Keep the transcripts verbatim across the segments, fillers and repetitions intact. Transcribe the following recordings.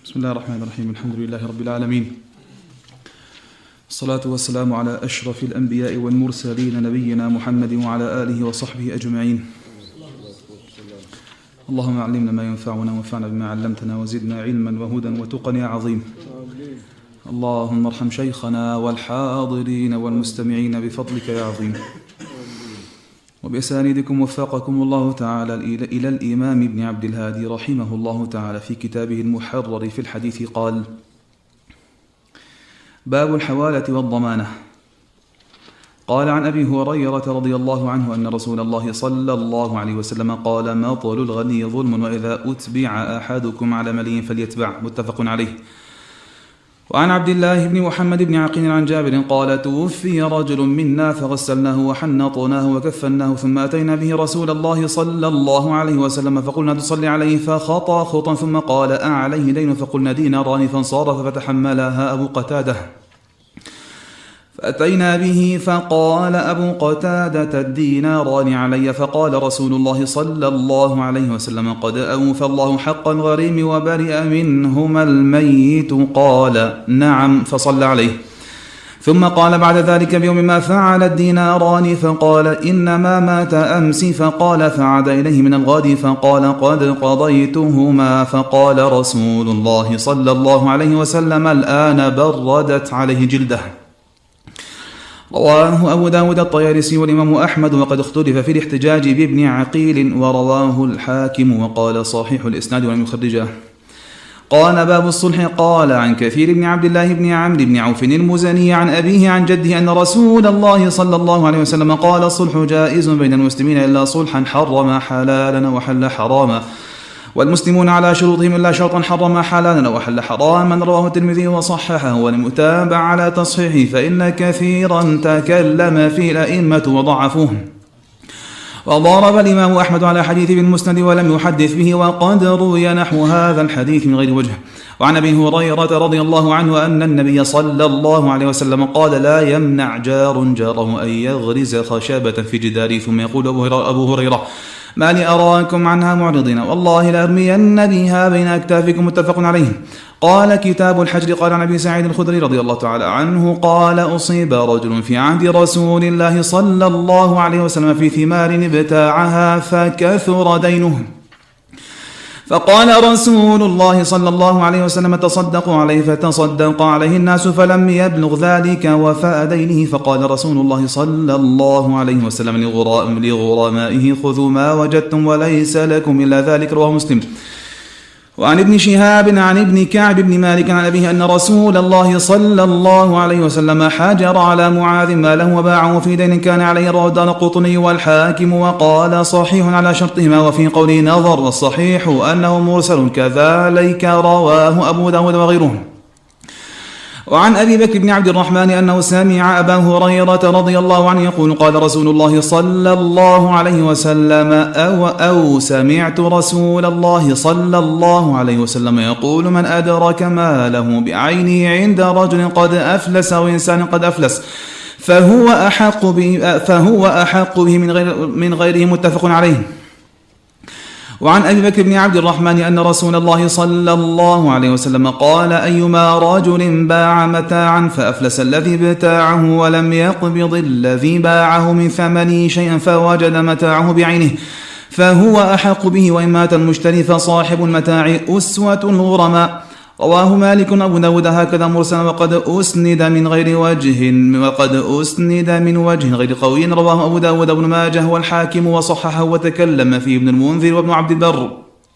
بسم الله الرحمن الرحيم. الحمد لله رب العالمين، الصلاة والسلام على أشرف الأنبياء والمرسلين نبينا محمد وعلى آله وصحبه أجمعين. اللهم علمنا ما ينفعنا وانفعنا بما علمتنا وزدنا علما وهدى وتقى يا عظيم. اللهم ارحم شيخنا والحاضرين والمستمعين بفضلك يا عظيم. وبأسانيدكم وفقكم الله تعالى إلى الإمام ابن عبد الهادي رحمه الله تعالى في كتابه المحرر في الحديث قال: باب الحوالة والضمانة. قال عن أبي هريرة رضي الله عنه أن رسول الله صلى الله عليه وسلم قال: مطل الغني ظلم، وإذا أتبع أحدكم على ملي فليتبع. متفق عليه. وعن عبد الله بن محمد بن عقيل عن جابر قال: توفي رجل منا فغسلناه وحنطناه وكفناه، ثم أتينا به رسول الله صلى الله عليه وسلم فقلنا تصلي عليه، فخطى خطا ثم قال: أعليه دين؟ فقلنا ديناران، فانصرف فتحملها أبو قتادة. فأتينا به فقال أبو قتادة: الديناران علي. فقال رسول الله صلى الله عليه وسلم: قد أوفى الله حق الغريم وبرئ منهما الميت. قال: نعم. فصلى عليه. ثم قال بعد ذلك بيوم: ما فعل الديناران؟ فقال: إنما مات أمس. فقال: فعاد إليه من الغد فقال: قد قضيتهما. فقال رسول الله صلى الله عليه وسلم: الآن بردت عليه جلده. رواه أبو داود الطيالسي والإمام أحمد، وقد اختلف في الاحتجاج بابن عقيل، ورواه الحاكم وقال صحيح الإسناد ولم يخرجه. قال: باب الصلح. قال عن كثير بن عبد الله بن عمرو بن عوف المزني عن أبيه عن جده أن رسول الله صلى الله عليه وسلم قال: الصلح جائز بين المسلمين إلا صلحا حرم حلالا وحل حراما، والمسلمون على شروطهم إلا شرطا حرم حلالا وحل حراما. رواه الترمذي وصححه والمتابع على تصحيحه، فإن كثيرا تكلم فيه الأئمة وضعفوه. وضرب الإمام أحمد على حديث بالمسند ولم يحدث به، وقد روي نحو هذا الحديث من غير وجه. وعن أبي هريرة رضي الله عنه أن النبي صلى الله عليه وسلم قال: لا يمنع جار جاره أن يغرز خشبة في جداره. ثم يقول أبو هريرة: ما لي أراكم عنها معرضين، والله لأرمين بها بين أكتافكم. متفق عليه. قال: كتاب الحجر. قال عن أبي سعيد الخدري رضي الله تعالى عنه قال: أصيب رجل في عهد رسول الله صلى الله عليه وسلم في ثمار ابتاعها فكثر دينه، فقال رسول الله صلى الله عليه وسلم: تصدقوا عليه. فتصدق عليه الناس فلم يبلغ ذلك وفاء دينه. فقال رسول الله صلى الله عليه وسلم لغرمائه: خذوا ما وجدتم وليس لكم إلا ذلك. رواه مسلم. وعن ابن شهاب عن ابن كعب بن مالك عن أبيه أن رسول الله صلى الله عليه وسلم حجر على معاذ ماله وباعه في دين كان عليه. رواه الدارقطني والحاكم وقال صحيح على شرطهما، وفي قوله نظر، والصحيح أنه مرسل، كذلك رواه أبو داود وغيره. وعن أبي بكر بن عبد الرحمن أنه سمع أبا هريرة رضي الله عنه يقول: قال رسول الله صلى الله عليه وسلم أو, أو سمعت رسول الله صلى الله عليه وسلم يقول: من أدرك ماله بعينه عند رجل قد أفلس أو إنسان قد أفلس فهو أحق به, فهو أحق به من, غير من غيره. متفق عليه. وعن أبي بكر بن عبد الرحمن أن رسول الله صلى الله عليه وسلم قال: أيما رجل باع متاعا فأفلس الذي ابتاعه ولم يقبض الذي باعه من ثمنه شيئا فوجد متاعه بعينه فهو أحق به، وإن مات المشتري فصاحب المتاع أسوة الغرماء. رواه مالك أبو داود هكذا مرسلا، وقد أسند من غير وجه وقد أسند من وجه غير قوي. رواه أبو داود ابن ماجه والحاكم وصححه وتكلم فيه ابن المنذر وابن عبد البر.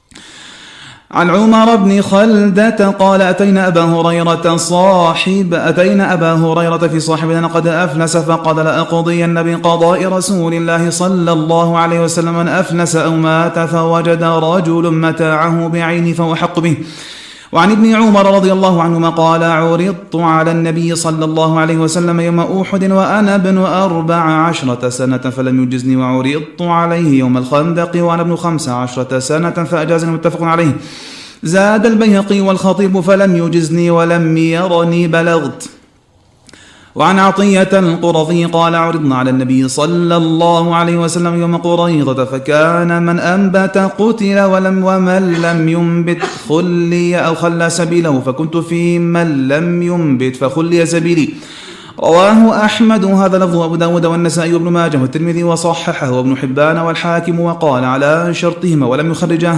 عن عمر بن خلدة قال: أتينا أبا هريرة صاحب أتينا أبا هريرة في صاحبنا قد أفلس، فقال: لأقضين بقضاء رسول الله صلى الله عليه وسلم من أفلس أو مات فوجد رجل متاعه بعينه فهو حق به. وعن ابن عمر رضي الله عنهما قال: عرضت على النبي صلى الله عليه وسلم يوم أحد وأنا ابن أربع عشرة سنة فلم يجزني، وعرضت عليه يوم الخندق وأنا ابن خمس عشرة سنة فأجازني. متفق عليه. زاد البيهقي والخطيب: فلم يجزني ولم يرني بلغت. وعن عطية القرظي قال عرضنا على النبي صلى الله عليه وسلم يوم قريضة فكان من أنبت قتل ولم ومن لم ينبت خلي أو خلى سبيله فكنت في من لم ينبت فخلي سبيلي. رواه أحمد وهذا لفظ أبو داود والنسائي وابن ماجه والترمذي وصححه وابن حبان والحاكم وقال على شرطهما ولم يخرجه.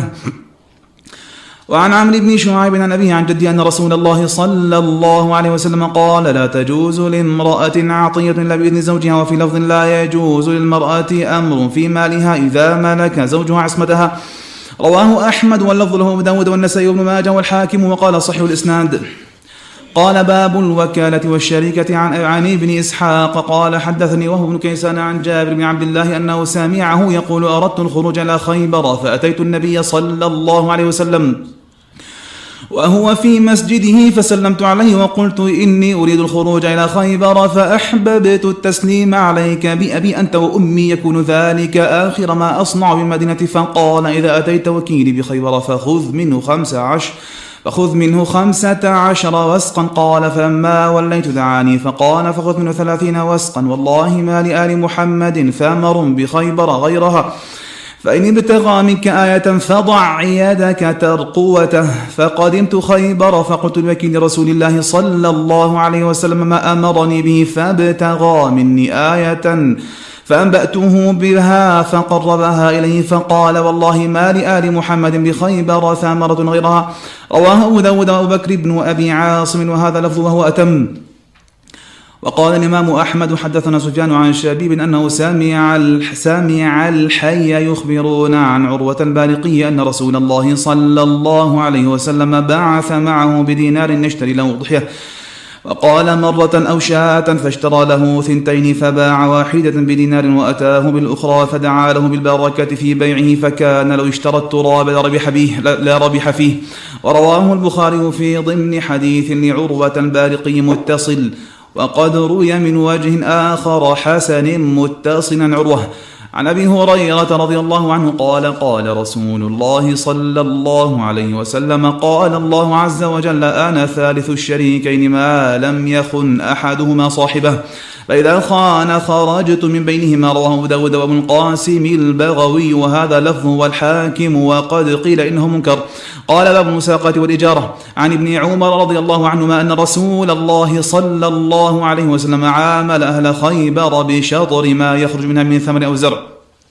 وعن عمرو بن شعيب عن أبيه عن جده أن رسول الله صلى الله عليه وسلم قال لا تجوز لامرأة عطية إلا بإذن زوجها. وفي لفظ لا يجوز للمرأة أمر في مالها إذا ملك زوجها عصمتها. رواه أحمد واللفظ له أبو داود والنسائي وابن ماجه والحاكم وقال صحيح الإسناد. قال باب الوكالة والشركة عن, عن ابن إسحاق قال حدثني وهو بن كيسان عن جابر بن عبد الله أنه سمعه يقول أردت الخروج إلى خيبر فأتيت النبي صلى الله عليه وسلم وهو في مسجده فسلمت عليه وقلت إني أريد الخروج إلى خيبر فأحببت التسليم عليك بأبي أنت وأمي يكون ذلك آخر ما أصنع بالمدينة. فقال إذا أتيت وكيلي بخيبر فخذ منه خمس عشر فخذ منه خمسة عشر وسقا. قال فما وليت دعاني فقال فخذ منه ثلاثين وسقا والله ما لآل محمد ثمر بخيبر غيرها فإن ابتغى منك آية فضع يدك ترقوته. فقدمت خيبر فقلت لوكيل رسول الله صلى الله عليه وسلم ما أمرني به فابتغى مني آية فأنبأته بها فقربها إليه فقال والله ما لآل محمد بخيبر ثمرة غيرها. رواه أبو داود وأبو بكر بن أبي عاصم وهذا لفظ وهو أتم. وقال الإمام أحمد حدثنا سفيان عن شبيب أنه سمع سمع الحي يخبرون عن عروة البارقي أن رسول الله صلى الله عليه وسلم بعث معه بدينار يشتري له ضحية وقال مرة أو شاة فاشترى له ثنتين فباع واحدة بدينار وأتاه بالأخرى فدعا له بالبركة في بيعه فكان لو اشترى التراب لربح, به لا ربح فيه. ورواه البخاري في ضمن حديث لعروة البارقي متصل وقد روي من وجه آخر حسن متصلا عن عروة عن أبي هريرة رضي الله عنه قال قال رسول الله صلى الله عليه وسلم قال الله عز وجل أنا ثالث الشريكين ما لم يخن أحدهما صاحبه فإذا خان خرجت من بينهما. رواه أبو داود وابن القاسم البغوي وهذا لفظ والحاكم وقد قيل إنه منكر. قال باب المساقات والإجارة عن ابن عمر رضي الله عنهما أن رسول الله صلى الله عليه وسلم عامل أهل خيبر بشطر ما يخرج منها من ثمر أو زرع.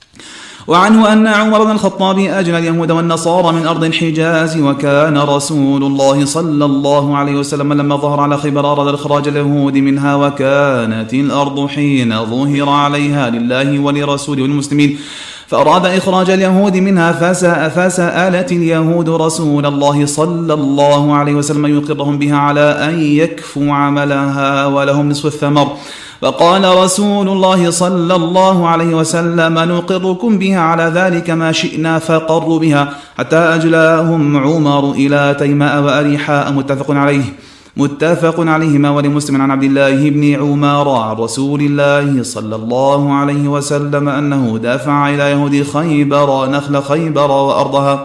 وعنه أن عمر بن الخطاب أجنى اليهود والنصارى من أرض الحجاز وكان رسول الله صلى الله عليه وسلم لما ظهر على خيبر أراد إخراج اليهود منها وكانت الأرض حين ظهر عليها لله ولرسوله والمسلمين فأراد إخراج اليهود منها فسألت اليهود رسول الله صلى الله عليه وسلم يقرهم بها على أن يكفوا عملها ولهم نصف الثمر. فقال رسول الله صلى الله عليه وسلم نقركم بها على ذلك ما شئنا فقروا بها حتى أجلاهم عمر إلى تيماء وأريحاء متفق عليه متفق عليهما ولمسلم عن عبد الله بن عمر عن رسول الله صلى الله عليه وسلم أنه دفع إلى يهود خيبر نخل خيبر وأرضها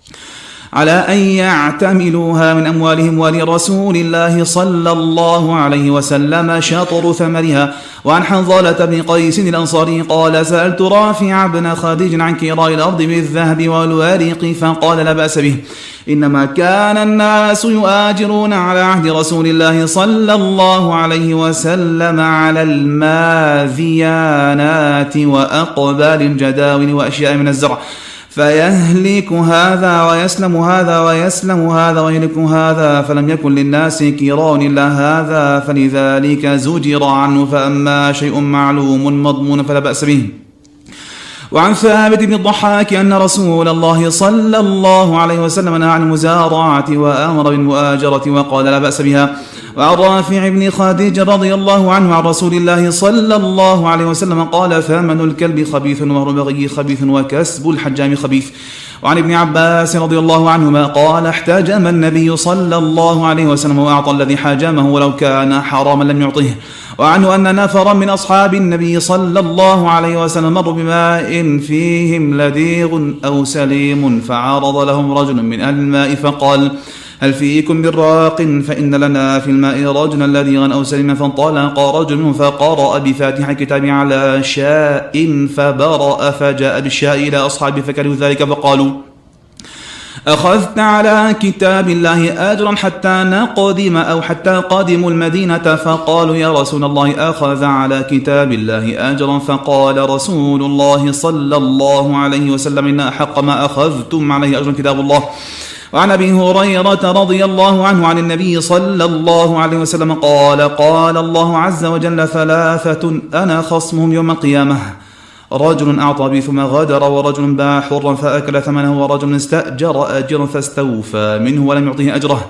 على أن يعتملوها من أموالهم ولرسول الله صلى الله عليه وسلم شطر ثمرها. وعن حنظلة بن قيس الأنصاري قال سألت رافع بن خديج عن كراء الأرض بالذهب والورق فقال لا بأس به إنما كان الناس يؤاجرون على عهد رسول الله صلى الله عليه وسلم على الماذيانات وأقبال الجداول وأشياء من الزرع فيهلك هذا ويسلم هذا ويسلم هذا ويهلك هذا فلم يكن للناس كيران إلا هذا فلذلك زجر عنه فأما شيء معلوم مضمون فلا بأس به. وعن ثابت بن الضحاك أن رسول الله صلى الله عليه وسلم نهى عن المزارعة وأمر بالمؤاجرة وقال لا بأس بها. وعن رافع بن خديج رضي الله عنه عن رسول الله صلى الله عليه وسلم قال ثمن الكلب خبيث ومهر البغي خبيث وكسب الحجام خبيث. وعن ابن عباس رضي الله عنهما قال احتجم النبي صلى الله عليه وسلم وأعطى الذي حاجمه ولو كان حراما لم يعطيه. وعنه أن نفرا من أصحاب النبي صلى الله عليه وسلم مروا بماء فيهم لديغ أو سليم فعرض لهم رجل من أهل الماء فقال هل فيكم بالراق فإن لنا في الماء رجلا لديغا أو سلما فانطلق رجل فقرأ بفاتحة كتاب على شاء فبرأ فجاء بالشاء إلى أصحابه فكرهوا ذلك فقالوا أخذت على كتاب الله أجرا حتى نقدم أو حتى قدموا المدينة فقالوا يا رسول الله أخذ على كتاب الله أجرا فقال رسول الله صلى الله عليه وسلم إن أحق ما أخذتم عليه أجرا كتاب الله. وعن أبي هريرة رضي الله عنه عن النبي صلى الله عليه وسلم قال قال الله عز وجل ثلاثة أنا خصمهم يوم القيامة رجل أعطى بي ثم غدر ورجل باع حرا فأكل ثمنه ورجل استأجر أجرا فاستوفى منه ولم يعطيه أجره.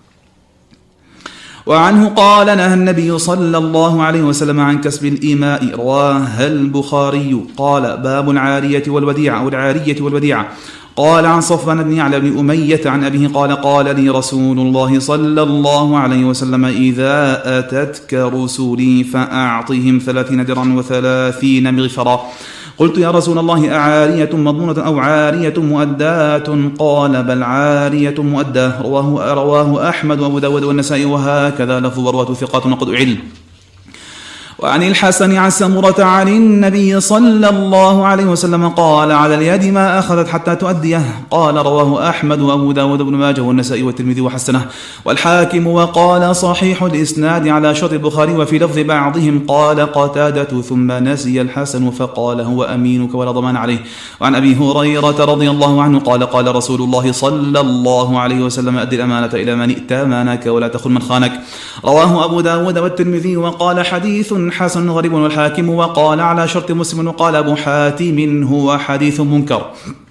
وعنه قال نهى النبي صلى الله عليه وسلم عن كسب الإيماء رواه البخاري. قال باب العارية والوديعة أو العارية والوديعة. قال عن صفوان بن يعلى بن أمية عن أبيه قال قال لي رسول الله صلى الله عليه وسلم إذا أتتك رسولي فأعطهم ثلاثين درعا وثلاثين مغفرا. قلت يا رسول الله أعارية مضمونة أو عارية مؤداة؟ قال بل عارية مؤداة. رواه, رواه أحمد وأبو داود والنسائي وهكذا لفظ ورواة ثقات وقد أعل. وعن الحسن عن سمرة عن النبي صلى الله عليه وسلم قال على اليد ما أخذت حتى تؤديه. قال رواه أحمد وأبو داود بن ماجه والنسائي والترمذي وحسنه والحاكم وقال صحيح الإسناد على شرط البخاري. وفي لفظ بعضهم قال قتادة ثم نسي الحسن فقال هو أمينك ولا ضمان عليه. وعن أبي هريرة رضي الله عنه قال قال رسول الله صلى الله عليه وسلم أدي الأمانة إلى من ائتمنك ولا تخن من خانك. رواه أبو داود والترمذي وقال حديث حسن غريب. والحاكم وقال على شرط مسلم. وقال أبو حاتم هو حديث منكر.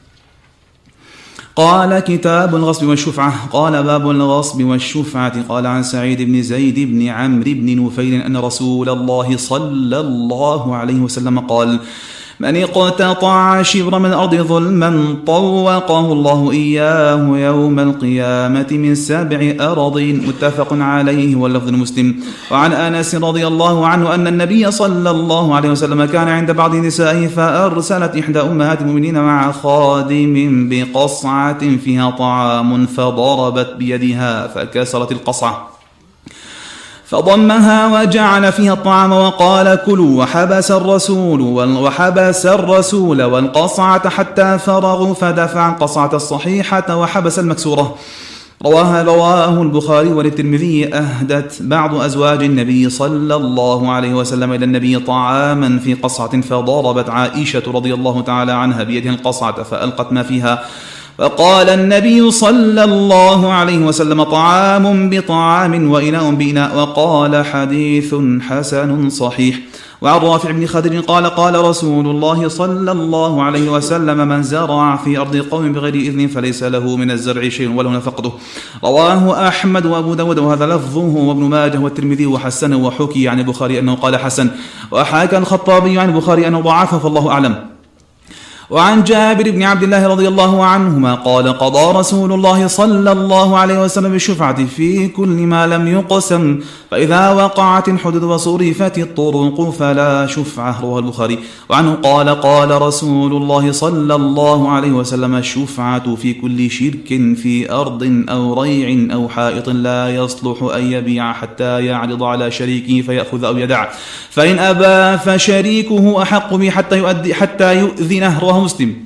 قال كتاب الغصب والشفعة. قال باب الغصب والشفعة. قال عن سعيد بن زيد بن عمرو بن نفيل أن رسول الله صلى الله عليه وسلم قال من اقتطع شبرا من الأرض ظلما طوقه الله إياه يوم القيامة من سبع أراضين. متفق عليه واللفظ المسلم. وعن أنس رضي الله عنه أن النبي صلى الله عليه وسلم كان عند بعض نسائه فأرسلت إحدى أمهات المؤمنين مع خادم بقصعة فيها طعام فضربت بيدها فكسرت القصعة فضمها وجعل فيها الطعام وقال كلوا وحبس الرسول وحبس الرسول والقصعة حتى فرغوا فدفع القصعة الصحيحة وحبس المكسورة. رواه رواه البخاري وللترمذي. أهدت بعض أزواج النبي صلى الله عليه وسلم إلى النبي طعاما في قصعة فضربت عائشة رضي الله تعالى عنها بيدها القصعة فألقت ما فيها فقال النبي صلى الله عليه وسلم طعام بطعام وإناء بإناء. وقال حديث حسن صحيح. وعن رافع بن خدر قال قال رسول الله صلى الله عليه وسلم من زرع في أرض قوم بغير إذن فليس له من الزرع شيء وله نفقته. رواه أحمد وأبو داود وهذا لفظه وابن ماجه والترمذي وحسنه. وحكي عن البخاري أنه قال حسن وحكى الخطابي عن البخاري أنه ضعفه فالله أعلم. وعن جابر بن عبد الله رضي الله عنهما قال قضى رسول الله صلى الله عليه وسلم بالشفعة في كل ما لم يقسم فإذا وقعت الحدود وصرفت الطرق فلا شفعة. رواه البخاري. وعنه قال قال رسول الله صلى الله عليه وسلم الشفعة في كل شرك في أرض أو ريع أو حائط لا يصلح أن يبيع حتى يعرض على شريكه فيأخذ أو يدع فإن أبى فشريكه أحق به حتى يؤدي حتى يؤذنه. رواه مسلم.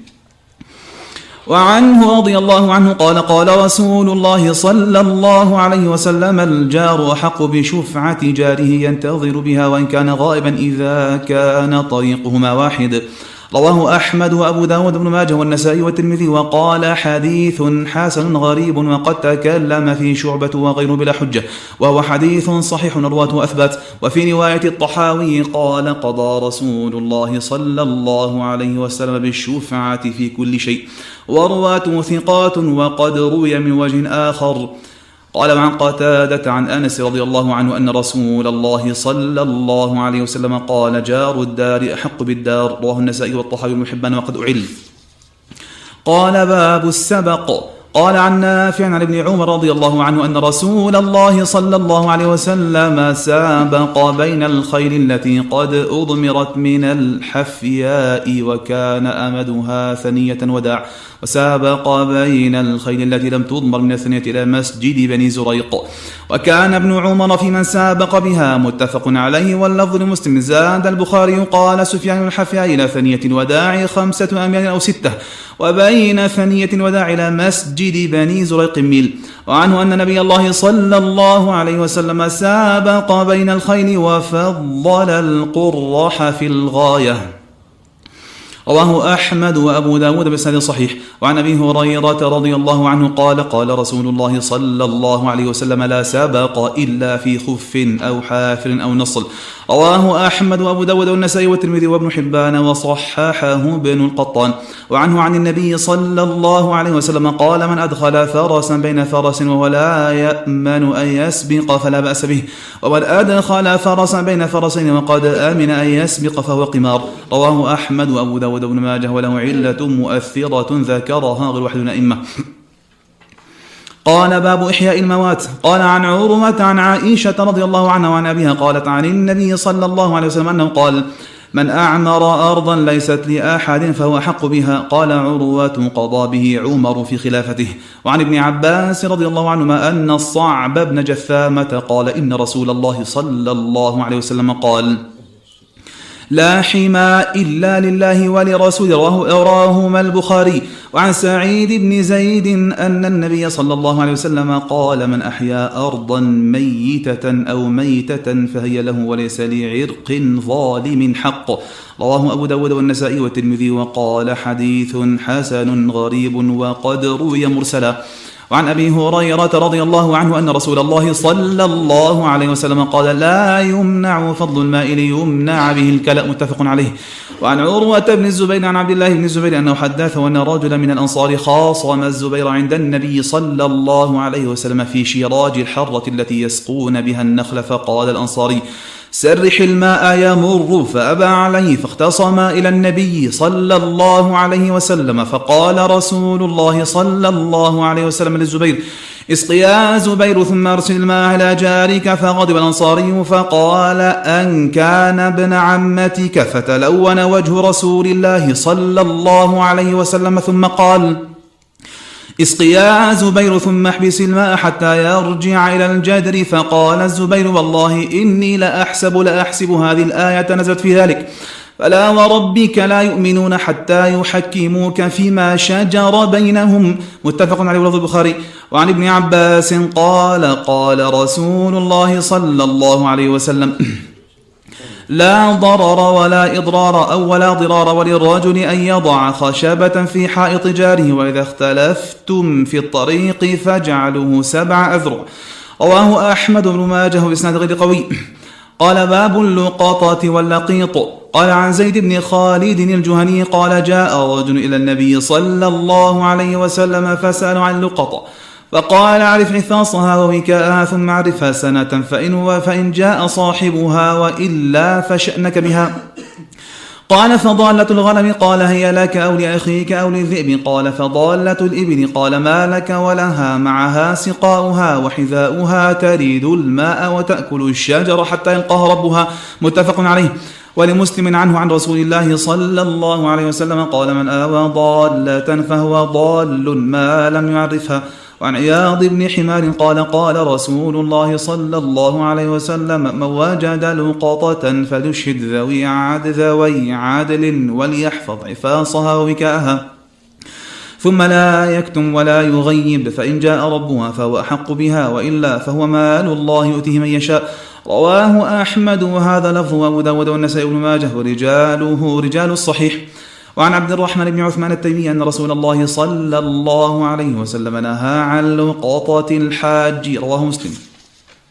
وعنه رضي الله عنه قال قال رسول الله صلى الله عليه وسلم الجار أحق بشفعة جاره ينتظر بها وإن كان غائبا إذا كان طريقهما واحد. رواه أحمد وأبو داود بن ماجه والنسائي والترمذي. وقال حديث حسن غريب وقد تكلم في شعبة وغيره بلا حجة وهو حديث صحيح رواته أثبت. وفي رواية الطحاوي قال قضى رسول الله صلى الله عليه وسلم بالشفعة في كل شيء ورواته ثقات وقد روي من وجه آخر. قال عن قتادة عن أنس رضي الله عنه أن رسول الله صلى الله عليه وسلم قال جار الدار أحق بالدار. رواه النسائي والطحاوي بن حبان وقد أعل. قال باب السبق. قال عن نافع عن ابن عمر رضي الله عنه أن رسول الله صلى الله عليه وسلم سابق بين الخيل التي قد أضمرت من الحفياء وكان أمدها ثنية وداع، وسابق بين الخيل التي لم تضمر من الثنية إلى مسجد بني زريق، وكان ابن عمر في من سابق بها، متفق عليه. واللفظ لمسلم. زاد البخاري قال سفيان الحفياء إلى ثنية الوداع خمسة أميال أو ستة، وبين ثنية الوداع إلى مسجد بني زريق ميل. وعنه أن نبي الله صلى الله عليه وسلم سابق بين الخيل وفضل القرح في الغاية. رواه أحمد وأبو داود بسند صحيح. وعن أبي هريرة رضي الله عنه قال قال رسول الله صلى الله عليه وسلم لا سبق إلا في خف أو حافر أو نصل. رواه أحمد وأبو داود والنسائي والترمذي وابن حبان وصححه ابن القطان. وعنه عن النبي صلى الله عليه وسلم قال من أدخل فرسا بين فرس وهو لا يأمن أن يسبق فلا بأس به، ومن أدخل فرسا بين فرسين وقد آمن أن يسبق فهو قمار. رواه أحمد وأبو داود وابن ماجه وله علة مؤثرة ذكرها غير واحد من الأئمة. قال باب إحياء الموات. قال عن عروة عن عائشة رضي الله عنها وعن أبيها قالت عن النبي صلى الله عليه وسلم أنه قال من أعمر أرضا ليست لأحد فهو أحق بها. قال عروة قضى به عمر في خلافته. وعن ابن عباس رضي الله عنهما أن الصعب بن جثامة قال إن رسول الله صلى الله عليه وسلم قال لا حمى إلا لله ولرسوله. رواهما البخاري. وعن سعيد بن زيد أن النبي صلى الله عليه وسلم قال من أحيا أرضا ميتة أو ميتة فهي له وليس لعرق ظالم حق. رواه أبو داود والنسائي والترمذي وقال حديث حسن غريب وقد روي مرسلا. وعن أبي هريرة رضي الله عنه أن رسول الله صلى الله عليه وسلم قال لا يمنع فضل الماء ليمنع به الكلأ، متفق عليه. وعن عروة بن الزبير عن عبد الله بن الزبير أنه حدثه أن رجلا من الأنصار خاصم الزبير عند النبي صلى الله عليه وسلم في شراج الحرة التي يسقون بها النخل، فقال الأنصاري سرح الماء يمر، فأبى عليه، فاختصم إلى النبي صلى الله عليه وسلم، فقال رسول الله صلى الله عليه وسلم للزبير اسق يا زبير ثم أرسل الماء على جارك. فغضب الأنصاري فقال أن كان ابن عمتك، فتلون وجه رسول الله صلى الله عليه وسلم ثم قال اسق يا زبير ثم احبس الماء حتى يرجع إلى الجدر. فقال الزبير والله إني لأحسب لأحسب هذه الآية نزلت في ذلك، فلا وربك لا يؤمنون حتى يحكموك فيما شجر بينهم، متفق عليه ولفظ البخاري. وعن ابن عباس قال قال رسول الله صلى الله عليه وسلم لا ضرر ولا إضرار أو ولا ضرار وللرجل أن يضع خشبة في حائط جاره، وإذا اختلفتم في الطريق فاجعلوه سبع أذرع. رواه أحمد بن ماجه بإسناد غير قوي. قال باب اللقطة واللقيط. قال عن زيد بن خالد الجهني قال جاء رجل إلى النبي صلى الله عليه وسلم فسأل عن اللقطة، فقال اعرف عثاصها ووكاءها ثم اعرفها سنة، فإن, فإن جاء صاحبها وإلا فشأنك بها. قال فضالة الغنم؟ قال هي لك أو لأخيك أو للذئب؟ قال فضالة الإبل. قال ما لك ولها؟ معها سقاؤها وحذاؤها تريد الماء وتأكل الشجر حتى يلقاها ربها، متفق عليه. ولمسلم عنه عن رسول الله صلى الله عليه وسلم قال من آوى ضالة فهو ضال ما لم يعرفها. وعن عياض بن حمار قال قال رسول الله صلى الله عليه وسلم من وجد لقطة فليشهد ذوي عدل ذوي عدل وليحفظ عفاصها ووكاءها، ثم لا يكتم ولا يغيب، فإن جاء ربها فهو أحق بها، وإلا فهو مال الله يؤتيه من يشاء. رواه أحمد وهذا لفظ أبو داود والنسائي بن ماجه ورجاله رجال الصحيح. وعن عبد الرحمن بن عثمان التيمي أن رسول الله صلى الله عليه وسلم نهى عن لقطة الحاج، رواه مسلم.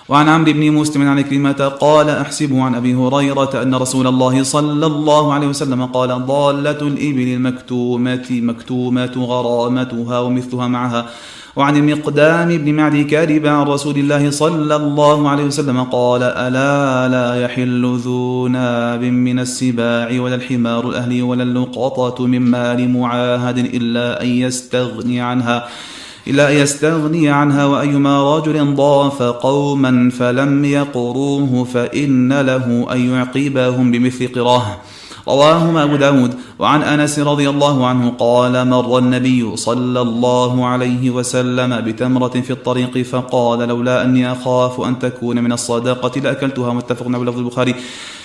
وعن عمرو بن مسلم عن كلمة قال أحسب عن أبي هريرة أن رسول الله صلى الله عليه وسلم قال ضالة الإبل المكتومة مكتومة غرامتها ومثلها معها. وعن المقدام بن معدي كارب عن رسول الله صلى الله عليه وسلم قال ألا لا يحل ذو ناب من السباع ولا الحمار الأهلي ولا اللقطة من مال معاهد إلا أن يستغني عنها إلا أن يستغني عنها وأيما رجل ضاف قوما فلم يقروه فإن له أن يعقبهم بمثل قراه. رواهما أبو داود. وعن أنس رضي الله عنه قال مر النبي صلى الله عليه وسلم بتمرة في الطريق فقال لولا أني أخاف أن تكون من الصدقة لأكلتها. متفق على لفظ البخاري.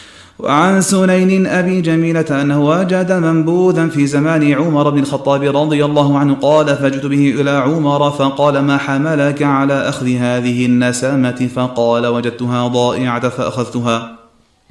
وعن سنين أبي جميلة أنه وجد منبوذا في زمان عمر بن الخطاب رضي الله عنه قال فجئت به إلى عمر فقال ما حملك على أخذ هذه النسامة؟ فقال وجدتها ضائعة فأخذتها.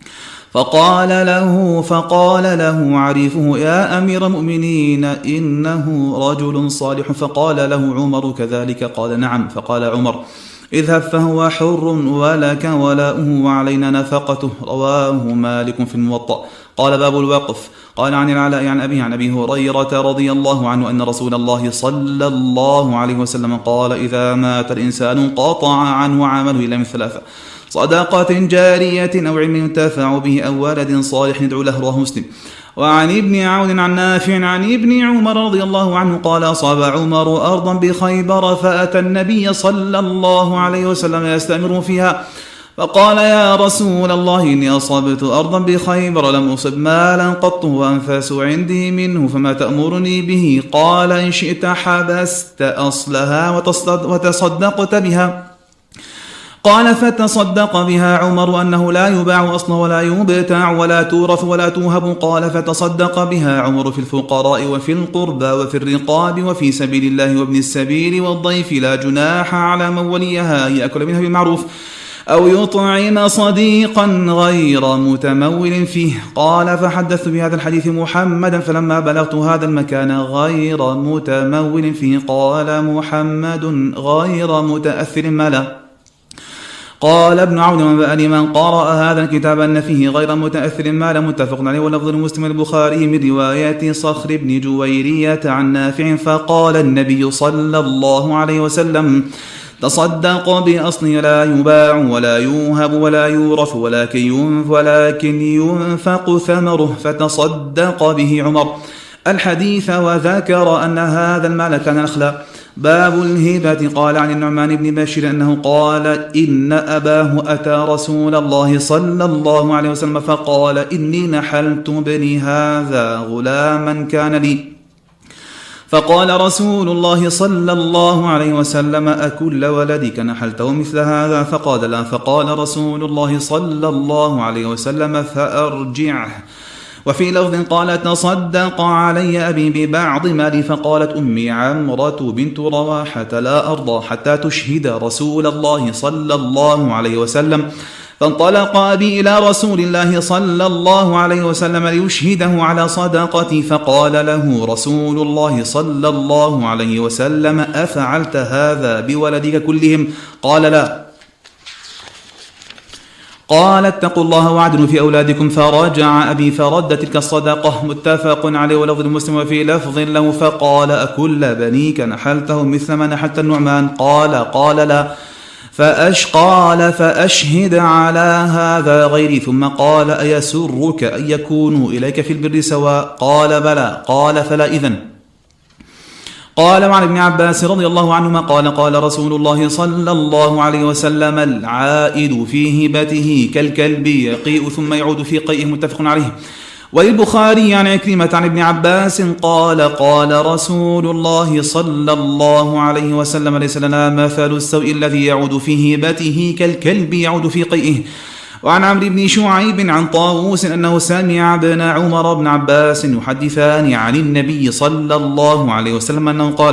فقال له فقال له عريفه يا أمير المؤمنين إنه رجل صالح. فقال له عمر كذلك؟ قال نعم. فقال عمر اذهب فهو حر ولك ولاؤه وعلينا نفقته. رواه مالك في الموطأ. قال باب الوقف. قال عن العلاء عن أبيه عن أبي هريرة رضي الله عنه أن رسول الله صلى الله عليه وسلم قال إذا مات الإنسان قطع عنه عمله إلا من ثلاثة: صدقة جارية أو علم ينتفع به أو ولد صالح يدعو له. رواه مسلم. وعن ابن عون عن نافع عن ابن عمر رضي الله عنه قال أصاب عمر أرضا بخيبر فأتى النبي صلى الله عليه وسلم يستأمر فيها فقال يا رسول الله إني أصبت أرضا بخيبر لم أصب مالا قط وأنفاس عندي منه فما تأمرني به؟ قال إن شئت حبست أصلها وتصدقت بها. قال فتصدق بها عمر أنه لا يباع أصلا ولا يبتاع ولا تورث ولا توهب. قال فتصدق بها عمر في الفقراء وفي القربى وفي الرقاب وفي سبيل الله وابن السبيل والضيف لا جناح على من وليها يأكل منها بالمعروف أو يطعم صديقا غير متمول فيه. قال فحدثت بهذا الحديث محمدا فلما بلغت هذا المكان غير متمول فيه قال محمد غير متأثر ملا. قال ابن عون وبأن من قرأ هذا الكتاب أن فيه غير متأثر مال. متفق عليه. ولفظ المسلم البخاري من رواية صخر بن جويرية عن نافع فقال النبي صلى الله عليه وسلم تصدق بأصل لا يباع ولا يوهب ولا يورث ولكن ينفق, ولكن ينفق ثمره فتصدق به عمر الحديث وذكر أن هذا المال كان نخلا. باب الهبة. قال عن النعمان بن بشير أنه قال إن أباه أتى رسول الله صلى الله عليه وسلم فقال إني نحلت بني هذا غلاما كان لي. فقال رسول الله صلى الله عليه وسلم أكل ولدك نحلته مثل هذا؟ فقال لا. فقال رسول الله صلى الله عليه وسلم فأرجعه. وفي لفظ قال تصدق علي أبي ببعض مالي. فقالت أمي عمرة بنت رواحة لا أرضى حتى تشهد رسول الله صلى الله عليه وسلم. فانطلق أبي إلى رسول الله صلى الله عليه وسلم ليشهده على صداقتي. فقال له رسول الله صلى الله عليه وسلم أفعلت هذا بولدك كلهم؟ قال لا. قال اتقوا الله واعدلوا في أولادكم. فرجع أبي فرد تلك الصدقة. متفق عليه. ولفظ المسلم وفي لفظ له فقال أكل بنيك نحلته مثل ما نحلت النعمان؟ قال قال لا. فأش قال فأشهد على هذا غيري. ثم قال أيسرك أن يكونوا إليك في البر سواء؟ قال بلى. قال فلا إذن. قال وعن ابن عباس رضي الله عنهما قال قال رسول الله صلى الله عليه وسلم العائد في هبته كالكلب يقيء ثم يعود في قيئه. متفق عليه. وللبخاري عن عكرمة عن ابن عباس قال قال رسول الله صلى الله عليه وسلم ليس لنا مثل السوء الذي يعود في هبته كالكلب يعود في قيئه. وعن عمرو بن شعيب عن طاووس أنه سمع ابن عمر بن عباس يحدثان عن النبي صلى الله عليه وسلم أنه قال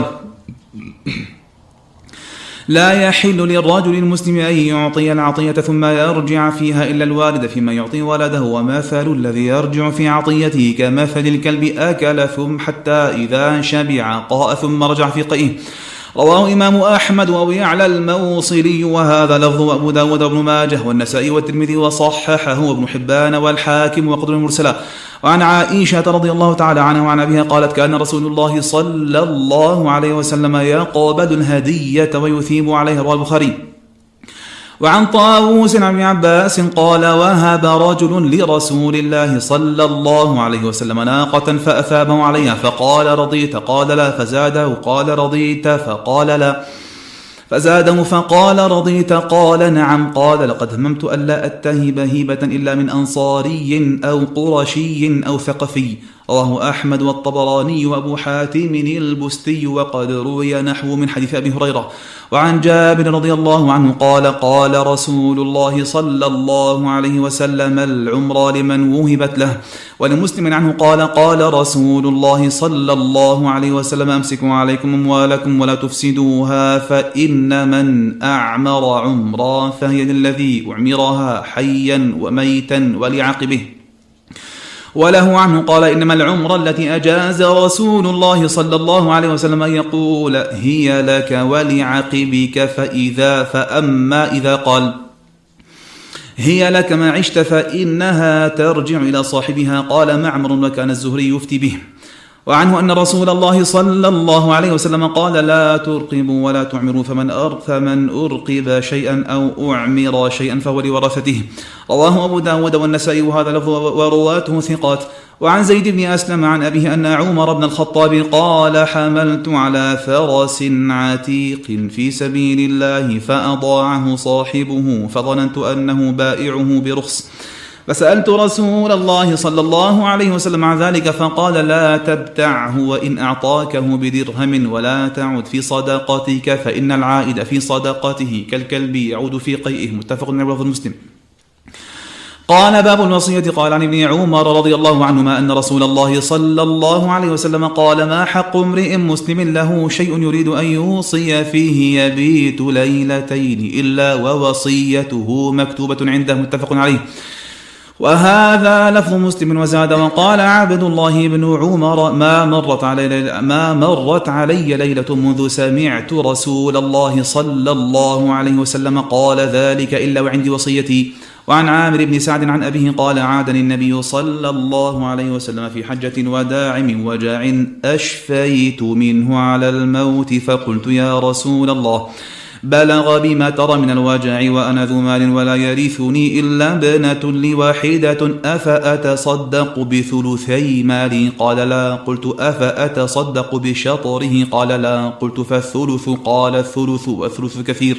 لا يحل للرجل المسلم أن يعطي العطية ثم يرجع فيها إلا الوالد فيما يعطي ولده. ومثل الذي يرجع في عطيته كمثل الكلب أكل ثم حتى إذا شبع قاء ثم رجع في قيئه. رواه إمام أحمد وأبو يعلى الموصلي وهذا لفظ أبو داود وابن ماجه والنسائي والترمذي وصححه وابن حبان والحاكم وقدر المرسلة. وعن عائشة رضي الله تعالى عنها وعن أبيها قالت كان رسول الله صلى الله عليه وسلم يقبل الهدية ويثيب عليها، رواه البخاري. وعن طاووس عن ابن عباس قال وهب رجل لرسول الله صلى الله عليه وسلم ناقة فأثابه عليها فقال رضيت قال لا فزاده قال رضيت فقال لا فزاده فقال رضيت قال نعم قال لقد هممت ألا أتهب هيبة إلا من أنصاري أو قرشي أو ثقفي، رواه أحمد والطبراني وأبو حاتم البستي وقد روي نحو من حديث أبي هريرة. وعن جابر رضي الله عنه قال قال رسول الله صلى الله عليه وسلم العمرة لمن وهبت له. ولمسلم عنه قال قال رسول الله صلى الله عليه وسلم أمسكوا عليكم أموالكم ولا تفسدوها فإن من أعمر عمرا فهي للذي أعمرها حيا وميتا ولعقبه. وله عنه قال إنما العمرة التي أجاز رسول الله صلى الله عليه وسلم أن يقول هي لك ولعقبك فإذا فأما إذا قال هي لك ما عشت فإنها ترجع إلى صاحبها. قال معمر وكان الزهري يفتي به. وعنه أن رسول الله صلى الله عليه وسلم قال لا ترقبوا ولا تعمروا فمن, أر فمن أرقب شيئا أو أعمر شيئا فهو لورثته، رواه أبو داود والنسائي وهذا لفظ ورواته ثقات. وعن زيد بن أسلم عن أبيه أن عمر بن الخطاب قال حملت على فرس عتيق في سبيل الله فأضاعه صاحبه فظننت أنه بائعه برخص فسألت رسول الله صلى الله عليه وسلم عن ذلك فقال لا تبتعه وإن أعطاكه بدرهم ولا تعد في صدقتك فإن العائد في صدقته كالكلب يعود في قيئه، متفق على لفظ مسلم. قال باب الوصية. قال عن ابن عمر رضي الله عنهما أن رسول الله صلى الله عليه وسلم قال ما حق امرئ مسلم له شيء يريد أن يوصي فيه يبيت ليلتين إلا ووصيته مكتوبة عنده، متفق عليه. وهذا لفظ مسلم. وزاد وقال عبد الله بن عمر ما مرت علي ما مرت علي ليلة منذ سمعت رسول الله صلى الله عليه وسلم قال ذلك إلا وعندي وصيتي. وعن عامر بن سعد عن أبيه قال عادني النبي صلى الله عليه وسلم في حجة وداع من وجع أشفيت منه على الموت فقلت يا رسول الله بلغ بما ترى من الوجع وأنا ذو مال ولا يرثني إلا ابنة لي واحدة أفأتصدق بثلثي مالي؟ قال لا. قلت أفأتصدق بشطره؟ قال لا. قلت فالثلث؟ قال الثلث والثلث كثير.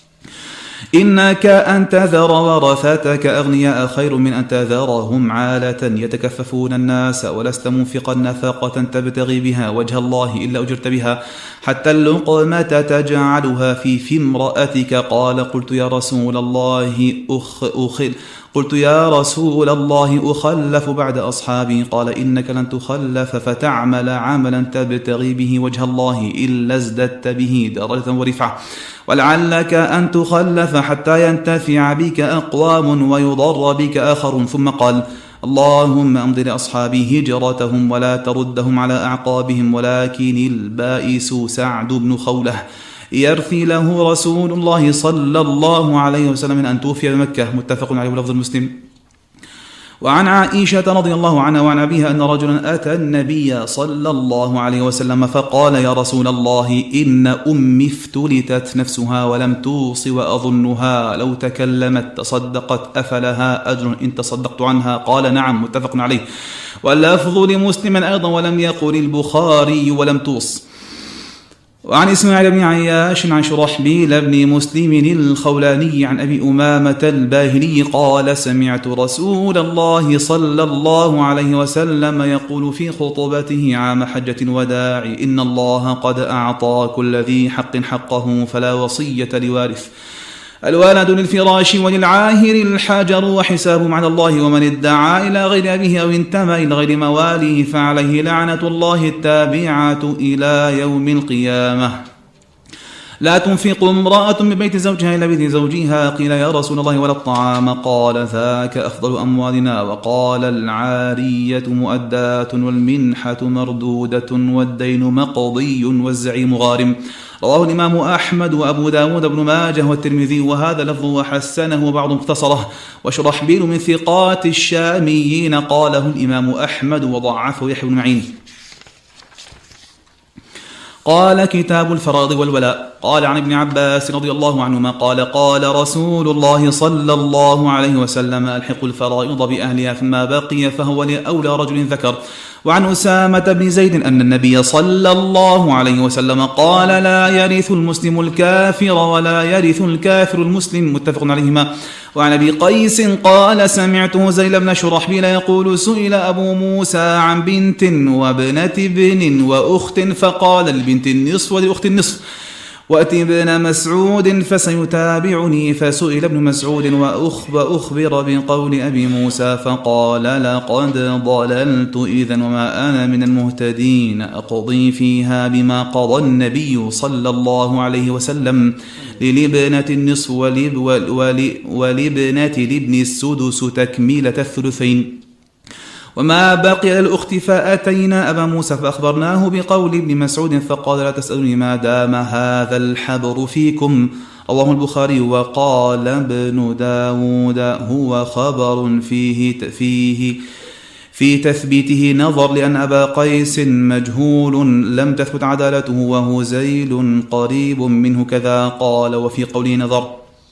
إنك أن تذر ورثتك أغنياء خير من أن تذرهم عالة يتكففون الناس ولست منفقا نفقة تبتغي بها وجه الله إلا أجرت بها حتى اللقمة تجعلها في في امرأتك. قال قلت يا رسول الله أخ أخل قلت يا رسول الله أخلف بعد أصحابي؟ قال إنك لن تخلف فتعمل عملا تبتغي به وجه الله إلا ازددت به درجة ورفعة ولعلك أن تخلف حتى ينتفع بك أقوام ويضر بك آخرون. ثم قال اللهم أمض لأصحابي هجرتهم ولا تردهم على أعقابهم ولكن البائس سعد بن خولة يرثي له رسول الله صلى الله عليه وسلم من أن توفي بمكة، متفق عليه ولفظ المسلم. وعن عائشة رضي الله عنها وعن أبيها أن رجلا أتى النبي صلى الله عليه وسلم فقال يا رسول الله إن أمي افتلتت نفسها ولم توص وأظنها لو تكلمت تصدقت أفلها أجر إن تصدقت عنها؟ قال نعم، متفق عليه. واللفظ لمسلم أيضا ولم يقل البخاري ولم توص. وعن إسماعيل بن عياش عن شرحبيل بن مسلم الخولاني عن أبي أمامة الباهلي قال سمعت رسول الله صلى الله عليه وسلم يقول في خطبته عام حجة الوداع إن الله قد أعطى كل ذي حق حقه فلا وصية لوارث. الولد للفراش وللعاهر الحجر وحسابهم على الله ومن ادعى إلى غير أبيه أو انتمى إلى غير مواليه فعليه لعنة الله التابعة إلى يوم القيامة. لا تنفق امرأة من بيت زوجها إلا بيت زوجها. قيل يا رسول الله ولا الطعام؟ قال ذاك أفضل أموالنا. وقال العارية مؤداة والمنحة مردودة والدين مقضي والزعيم غارم. رواه الإمام أحمد وأبو داود بن ماجه والترمذي، وهذا لفظ وحسنه وبعض مختصره. وشرحبيل من ثقات الشاميين قاله الإمام أحمد وضعفه يحيى بن معين. قال كتاب الفرائض والولاء. قال عن ابن عباس رضي الله عنهما قال قال رسول الله صلى الله عليه وسلم ألحقوا الفرائض بأهلها فما بقي فهو لأولى رجل ذكر. وعن أسامة بن زيد أن النبي صلى الله عليه وسلم قال لا يرث المسلم الكافر ولا يرث الكافر المسلم، متفق عليهما. وعن أبي قيس قال سمعته زيل بن شرحبيل يقول سئل أبو موسى عن بنت وابنة ابن وأخت فقال للبنت النصف وللأخت النصف وأتي ابن مسعود فسيتابعني. فسئل ابن مسعود وأخبر بقول أبي موسى فقال لقد ضللت إذن وما أنا من المهتدين، أقضي فيها بما قضى النبي صلى الله عليه وسلم للابنة النصف ولابنة لابن السدس تكميلة الثلثين. وما بقي للأخت فأتينا أبا موسى فأخبرناه بقول ابن مسعود فقال لا تسألني ما دام هذا الحبر فيكم. رواه البخاري. وقال ابن داود هو خبر فيه فيه في تثبيته نظر لأن أبا قيس مجهول لم تثبت عدالته وهو زيل قريب منه كذا قال. وفي قوله نظر.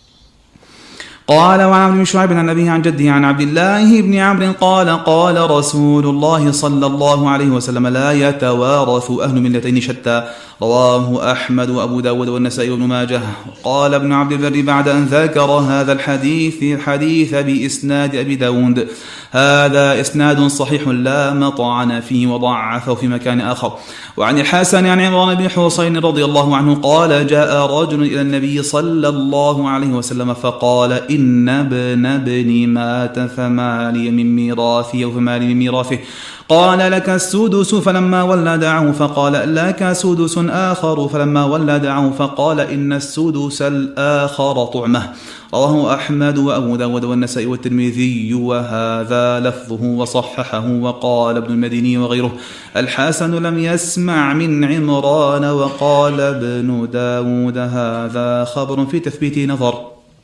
قال وعن عبد بن شعيب عن أبيه عن جده عن عبد الله بن عمرو قال قال رسول الله صلى الله عليه وسلم لا يتوارث أهل ملتين شتى. رواه أحمد وأبو داود والنسائي وابن ماجه. قال ابن عبد البر بعد أن ذكر هذا الحديث الحديث بإسناد أبي داود هذا إسناد صحيح لا مطعن فيه وضعفه في مكان آخر. وعن الحسن عن عمران بن حسين رضي الله عنه قال جاء رجل إلى النبي صلى الله عليه وسلم فقال إن ابن ابني مات فما لي من ميراثي وفما لي من ميراثه. قال لك السدس فلما ولى دعه فقال لك سدس آخر فلما ولى دعه فقال إن السدس الآخر طعمه. رواه أحمد وأبو داود والنسائي والترمذي وهذا لفظه وصححه. وقال ابن المديني وغيره الحسن لم يسمع من عمران. وقال ابن داود هذا خبر في تثبيت نظر.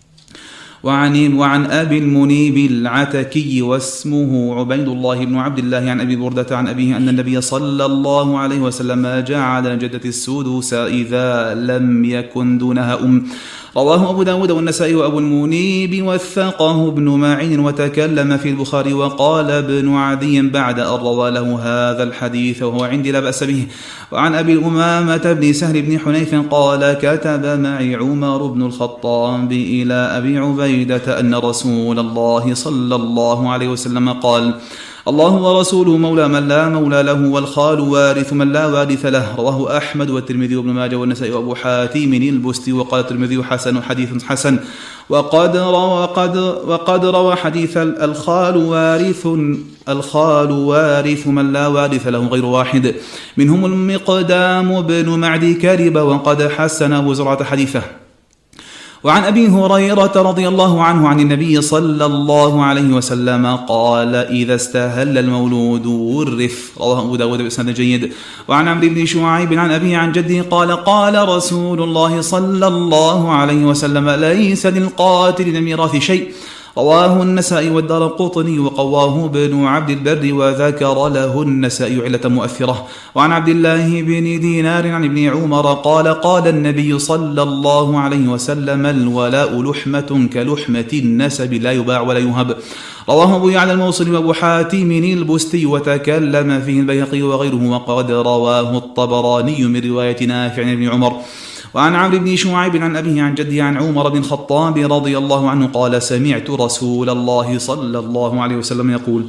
وعن, وعن أبي المنيب العتكي واسمه عبيد الله بن عبد الله عن أبي بردة عن أبيه أن النبي صلى الله عليه وسلم جعل جدة السدس إذا لم يكن دونها أم. رواه أبو داود والنسائي وأبو المنيب وثقه ابن معين وتكلم في البخاري. وقال ابن عدي بعد أن روى له هذا الحديث وهو عندي لا بأس به. وعن أبي الأمامة بن سهل بن حنيف قال كتب معي عمر بن الخطاب إلى أبي عبيدة أن رسول الله صلى الله عليه وسلم قال الله ورسوله مولى من لا مولى له والخال وارث من لا وارث له. رواه أحمد والترمذي وابن ماجه والنسائي وأبو حاتم البستي. وقال الترمذي حسن حديث حسن. وقد روى وقد وقد روى حديث الخال وارث الخال وارث من لا وارث له غير واحد منهم المقدام بن معدي كرب وقد حسن أبو زرعة حديثه. وعن أبي هريرة رضي الله عنه عن النبي صلى الله عليه وسلم قال إذا استهل المولود ورث. رواه أبو داود بإسناد جيد. وعن عمرو بن شعيب عن أبيه عن جده قال قال رسول الله صلى الله عليه وسلم ليس للقاتل من الميراث شيء. رواه النسائي والدارقطني وقواه ابن عبد البر وذكر له النسائي علة مؤثرة. وعن عبد الله بن دينار عن ابن عمر قال قال النبي صلى الله عليه وسلم الولاء لحمة كلحمة النسب لا يباع ولا يهب. رواه أبو يعلى الموصلي وأبو حاتم البستي وتكلم فيه البيهقي وغيره. وقد رواه الطبراني من رواية نافع عن ابن عمر. وعن عمرو بن شعيب عن أبيه عن جده عن عمر بن الخطاب رضي الله عنه قال سمعت رسول الله صلى الله عليه وسلم يقول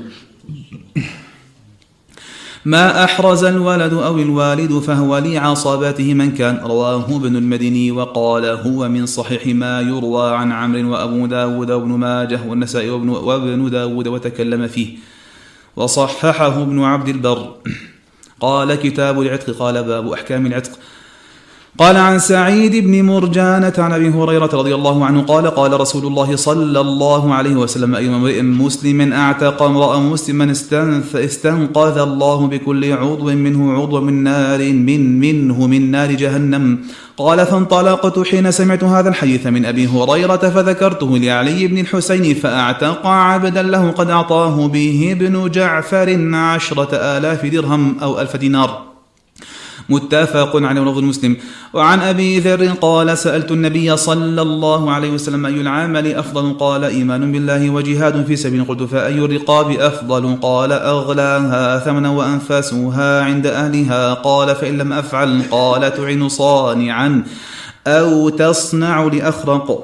ما أحرز الولد أو الوالد فهو لعصبته من كان. رواه ابن المديني وقال هو من صحيح ما يروى عن عمرو وأبو داود وابن ماجه والنسائي وابن داود وتكلم فيه وصححه ابن عبد البر. قال كتاب العتق. قال باب أحكام العتق. قال عن سعيد بن مرجانة عن أبي هريرة رضي الله عنه قال قال رسول الله صلى الله عليه وسلم أيما امرئ مسلم أعتق امرأ مسلما استنقذ الله بكل عضو منه عضو من نار من منه من نار جهنم. قال فانطلقت حين سمعت هذا الحديث من أبي هريرة فذكرته لعلي بن الحسين فأعتق عبدا له قد أعطاه به ابن جعفر عشرة آلاف درهم أو ألف دينار. متفق عليه لفظ مسلم. وعن أبي ذر قال سألت النبي صلى الله عليه وسلم أي العمل أفضل؟ قال إيمان بالله وجهاد في سبيل. قلت فأي الرقاب أفضل؟ قال أغلاها ثمنا وأنفاسها عند أهلها. قال فإن لم أفعل؟ قال تعين صانعا أو تصنع لأخرق.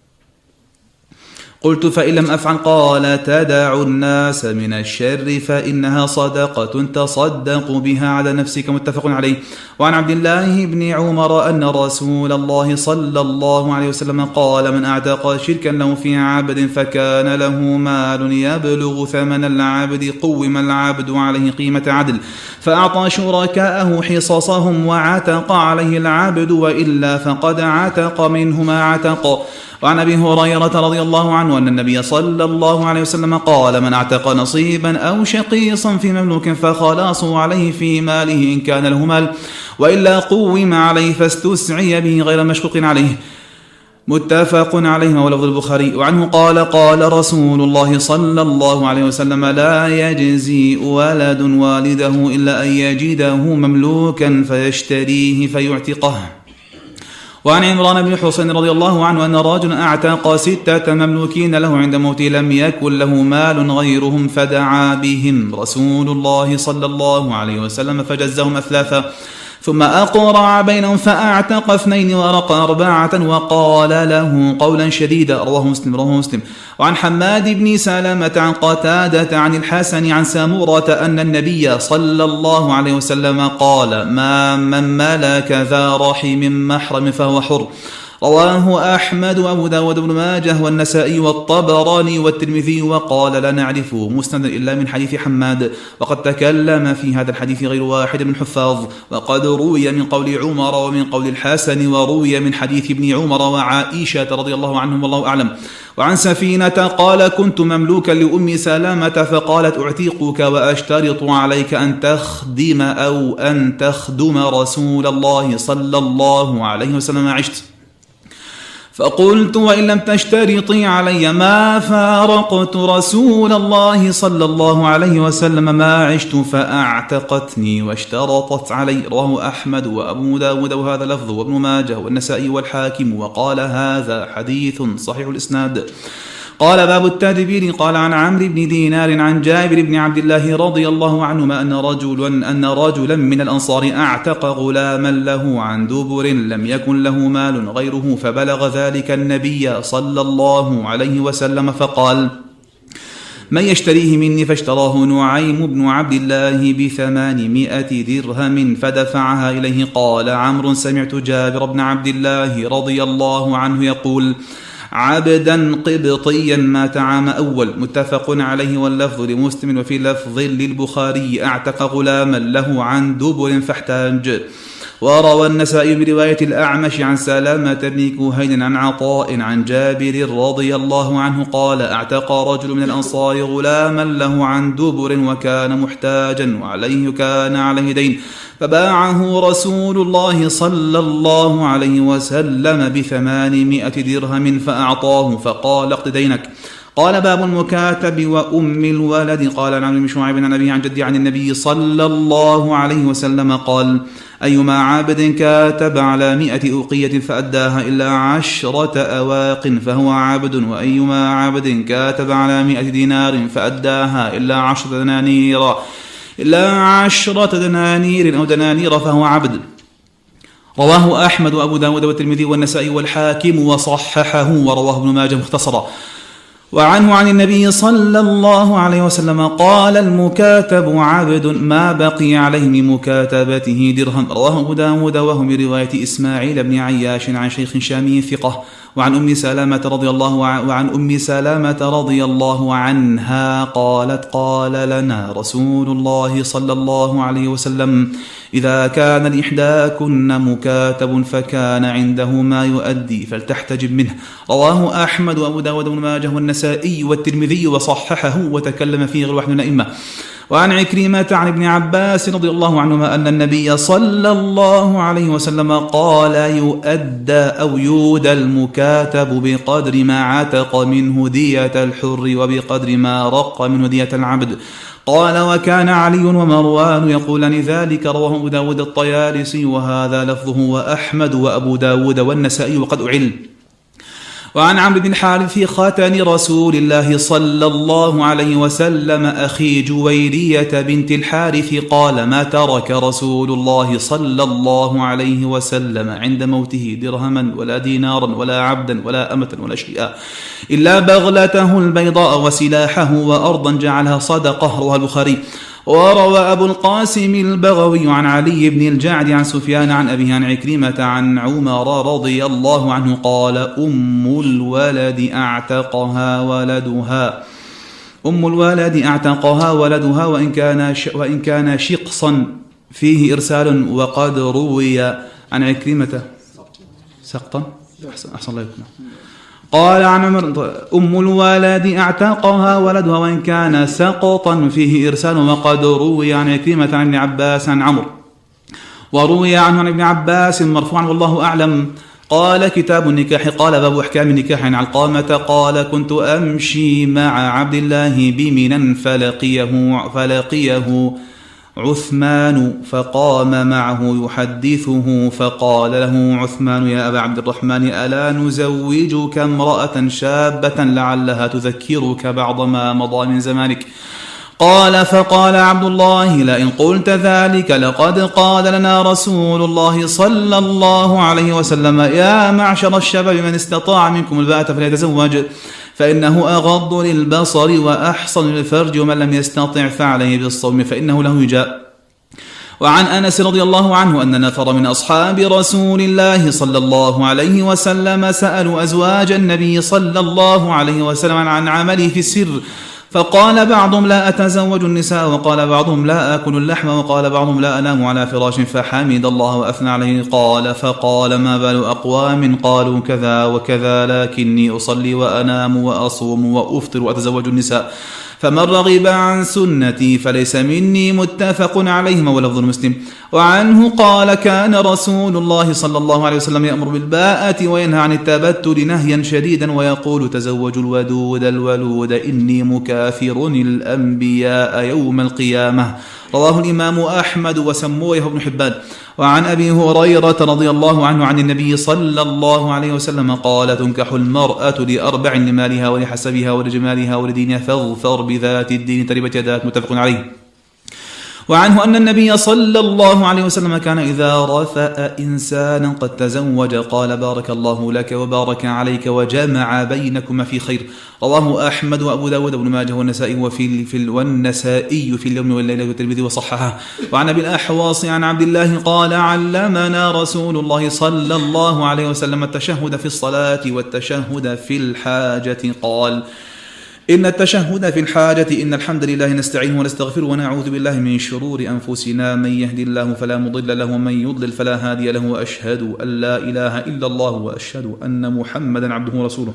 قلت فإن لم أفعل؟ قال تدع الناس من الشر فإنها صدقة تصدق بها على نفسك. متفق عليه. وعن عبد الله بن عمر أن رسول الله صلى الله عليه وسلم قال من أعتق شركا له في عبد فكان له مال يبلغ ثمن العبد قوم العبد عليه قيمة عدل فأعطى شركاءه حصصهم وعتق عليه العبد وإلا فقد عتق منه ما عتق. وعن أبي هريرة رضي الله عنه أن النبي صلى الله عليه وسلم قال من اعتق نصيبا أو شقيصا في مملوك فخلاصه عليه في ماله إن كان له مال وإلا قوم عليه فاستسعي به غير مشقوق عليه. متفق عليه ولفظ البخاري. وعنه قال قال رسول الله صلى الله عليه وسلم لا يجزي ولد والده إلا أن يجده مملوكا فيشتريه فيعتقه. وعن عمران بن حسين رضي الله عنه أن رجلا أعتق ستة مملوكين له عند موته لم يكن له مال غيرهم فدعا بهم رسول الله صلى الله عليه وسلم فجزهم أثلاثا ثم أقرع بينهم فأعتق اثنين ورق أربعة وقال له قولا شديدا. رواه مسلم رواه مسلم. وعن حماد بن سلمة عن قتادة عن الحسن عن سامورة أن النبي صلى الله عليه وسلم قال ما من ملك ذا رحم محرم فهو حر. رواه أحمد وأبو داود بن ماجه والنسائي والطبراني والترمذي وقال لا نعرفه مسندا إلا من حديث حماد وقد تكلم في هذا الحديث غير واحد من الحفاظ وقد روي من قول عمر ومن قول الحسن وروي من حديث ابن عمر وعائشة رضي الله عنهم والله أعلم. وعن سفينة قال كنت مملوكا لأم سلامة فقالت أعتقك وأشترط عليك أن تخدم أو أن تخدم رسول الله صلى الله عليه وسلم عشت. فقلت وإن لم تشترطي علي ما فارقت رسول الله صلى الله عليه وسلم ما عشت فأعتقتني واشترطت علي. رواه أحمد وأبو داود وهذا لفظ وابن ماجه والنسائي والحاكم وقال هذا حديث صحيح الإسناد. قال باب التدبير. قال عن عمرو بن دينار عن جابر بن عبد الله رضي الله عنهما أن رجلا أن رجلا من الأنصار أعتق غلاما له عن دبر لم يكن له مال غيره فبلغ ذلك النبي صلى الله عليه وسلم فقال من يشتريه مني؟ فاشتراه نعيم بن عبد الله بثمانمائة درهم فدفعها إليه. قال عمرو سمعت جابر بن عبد الله رضي الله عنه يقول عبدا قبطيا مات عام أول. متفق عليه واللفظ لمسلم وفي لفظ للبخاري أعتق غلاما له عن دبر فاحتاج. وروى النسائي برواية الأعمش عن سلامة بن كهيل عن عطاء عن جابر رضي الله عنه قال اعتق رجل من الأنصار غلاما له عن دبر وكان محتاجا وعليه كان عليه دين فباعه رسول الله صلى الله عليه وسلم بثمانمائة درهم فأعطاه فقال اقض دينك. قال باب المكاتب وأم الولد. قال عن عمرو بن شعيب عن أبيه عن جدي عن النبي صلى الله عليه وسلم قال أيما عابد كاتب على مئة أوقية فأداها إلا عشرة أواق فهو عابد وأيما عابد كاتب على مئة دينار فأداها إلا عشرة دنانير إلا عشرة دنانير أو دنانير فهو عبد. رواه أحمد وأبو داود والترمذي والنسائي والحاكم وصححه ورواه ابن ماجه مختصرا. وعنه عن النبي صلى الله عليه وسلم قال المكاتب عبد ما بقي عليه من مكاتبته درهم. رواه أبو داود وهو من رواية إسماعيل بن عياش عن شيخ شامي ثقة. وعن أم سلمة رضي الله وعن أم سلمة رضي الله عنها قالت قال لنا رسول الله صلى الله عليه وسلم إذا كان لإحداكن مكاتب فكان عنده ما يؤدي فلتحتجب منه. رواه أحمد وأبو داود بن ماجه والنسائي والترمذي وصححه وتكلم فيه غير واحد من الأئمة. وعن عكرمة عن ابن عباس رضي الله عنهما أن النبي صلى الله عليه وسلم قال يؤدى أو يودى المكاتب بقدر ما عتق منه دية الحر وبقدر ما رق منه دية العبد. قال وكان علي ومروان يقولان ذلك. رواه أبو داود الطيالسي وهذا لفظه وأحمد وأبو داود والنسائي وقد أعل. وعن عمرو بن الحارث في خاتن رسول الله صلى الله عليه وسلم أخي جويرية بنت الحارث قال ما ترك رسول الله صلى الله عليه وسلم عند موته درهما ولا دينارا ولا عبدا ولا أمة ولا شيئا إلا بغلته البيضاء وسلاحه وأرضا جعلها صدقة. رواه البخاري. وروى أبو القاسم البغوي عن علي بن الجعد عن سفيان عن أبيه عن عكرمة عن عمر رضي الله عنه قال أم الولد أعتقها ولدها أم الولد أعتقها ولدها وإن كان وإن كان شقصا فيه إرسال. وقد روي عن عكرمة سقطا أحسن, أحسن الله يكون. قال عن عمر أم الولد أعتقها ولدها وإن كان سقطا فيه إرسال. وقد روي عن عكرمة عن ابن عباس عن عمرو وروي عنه عن ابن عباس مرفوعا والله أعلم. قال كتاب النكاح. قال باب أحكام النكاح عن علقامة قال كنت أمشي مع عبد الله بمنى فلقيه, فلقيه عثمان فقام معه يحدثه فقال له عثمان يا أبا عبد الرحمن ألا نزوجك امرأة شابة لعلها تذكرك بعض ما مضى من زمانك. قال فقال عبد الله لئن قلت ذلك لقد قال لنا رسول الله صلى الله عليه وسلم يا معشر الشباب من استطاع منكم الباءة فليتزوج فإنه أغض للبصر وأحصن للفرج ومن لم يستطع فعليه بالصوم فإنه له وجاء. وعن أنس رضي الله عنه أن نفر من أصحاب رسول الله صلى الله عليه وسلم سألوا أزواج النبي صلى الله عليه وسلم عن عمله في السر فقال بعضهم لا أتزوج النساء وقال بعضهم لا آكل اللحم وقال بعضهم لا أنام على فراش فحمد الله وأثنى عليه. قال فقال ما بال أقوام قالوا كذا وكذا لكني أصلي وأنام وأصوم وأفطر وأتزوج النساء فمن رغب عن سنتي فليس مني متفق عليهما ولفظ مسلم. وعنه قال كان رسول الله صلى الله عليه وسلم يأمر بالباءة وينهى عن التبتل نهيا شديدا ويقول تزوجوا الودود الولود إني مكافر الأنبياء يوم القيامة. رواه الإمام أحمد وسموه ابن حبان. وعن أبي هريرة رضي الله عنه عن النبي صلى الله عليه وسلم قال تنكح المرأة لأربع لمالها ولحسبها ولجمالها ولدينها فاظفر بذات الدين تربت يداك متفق عليه. وعنه أن النبي صلى الله عليه وسلم كان إذا رثأ إنسانا قد تزوج قال بارك الله لك وبارك عليك وجمع بينكما في خير. رواه أحمد وأبو داود بن ماجه والنسائي وفي في والنسائي في اليوم والليلة والترمذي وصححه. وعن أبي الأحواص عن عبد الله قال علمنا رسول الله صلى الله عليه وسلم التشهد في الصلاة والتشهد في الحاجة قال إن التشهد في الحاجة إن الحمد لله نستعينه ونستغفره ونعوذ بالله من شرور أنفسنا من يهدي الله فلا مضل له ومن يضلل فلا هادي له وأشهد أن لا إله إلا الله وأشهد أن محمدا عبده ورسوله.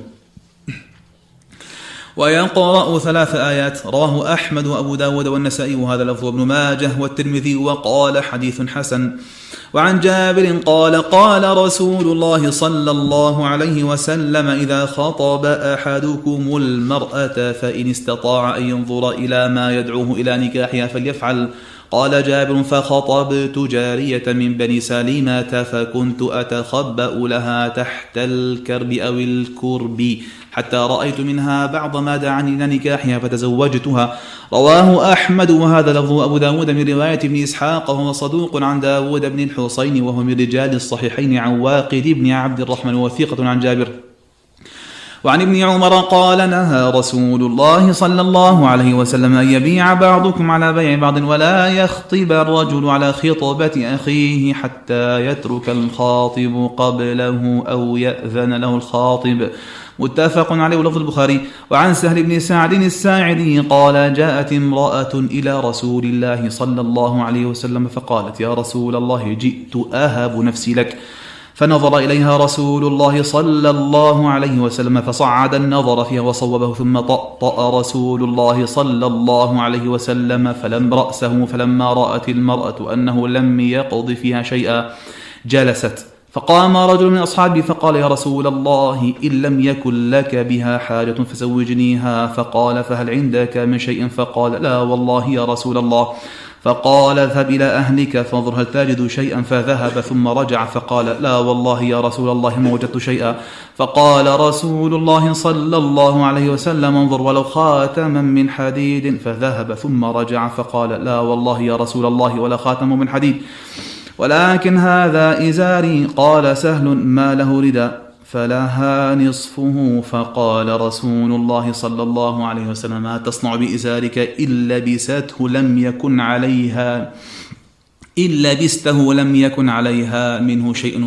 ويقرأ ثلاث آيات. رواه أحمد وأبو داود والنسائي وهذا لفظ ابن ماجه والترمذي وقال حديث حسن. وعن جابر قال قال رسول الله صلى الله عليه وسلم إذا خطب أحدكم المرأة فإن استطاع أن ينظر إلى ما يدعوه إلى نكاحها فليفعل. قال جابر فخطبت جارية من بني سليمة فكنت أتخبأ لها تحت الكرب أو الكرب حتى رأيت منها بعض ما دعني إلى نكاحها فتزوجتها. رواه أحمد وهذا لفظ أبو داود من رواية ابن إسحاق وهو صدوق عن داود بن الحصين وهو من رجال الصحيحين عن واقد بن عبد الرحمن وثيقة عن جابر. وعن ابن عمر قال نهى رسول الله صلى الله عليه وسلم أن يبيع بعضكم على بيع بعض ولا يخطب الرجل على خطبة أخيه حتى يترك الخاطب قبله أو يأذن له الخاطب. متفق عليه ولفظ البخاري. وعن سهل بن سعد الساعدي قال جاءت امرأة إلى رسول الله صلى الله عليه وسلم فقالت يا رسول الله جئت أهب نفسي لك، فنظر إليها رسول الله صلى الله عليه وسلم فصعد النظر فيها وصوبه ثم طأطأ رسول الله صلى الله عليه وسلم فلم رأسه، فلما رأت المرأة أنه لم يقض فيها شيئا جلست، فقام رجل من أصحابه فقال يا رسول الله إن لم يكن لك بها حاجة فزوجنيها، فقال فهل عندك من شيء؟ فقال لا والله يا رسول الله، فقال اذهب إلى أهلك فانظر هل تجد شيئا، فذهب ثم رجع فقال لا والله يا رسول الله ما وجدت شيئا، فقال رسول الله صلى الله عليه وسلم انظر ولو خاتما من حديد، فذهب ثم رجع فقال لا والله يا رسول الله ولا خاتم من حديد ولكن هذا إزاري. قال سهل ما له رداء فلها نصفه، فقال رسول الله صلى الله عليه وسلم ما تصنع بإزارك إن لبسته لم يكن عليها إن لبسته لم يكن عليها منه شيء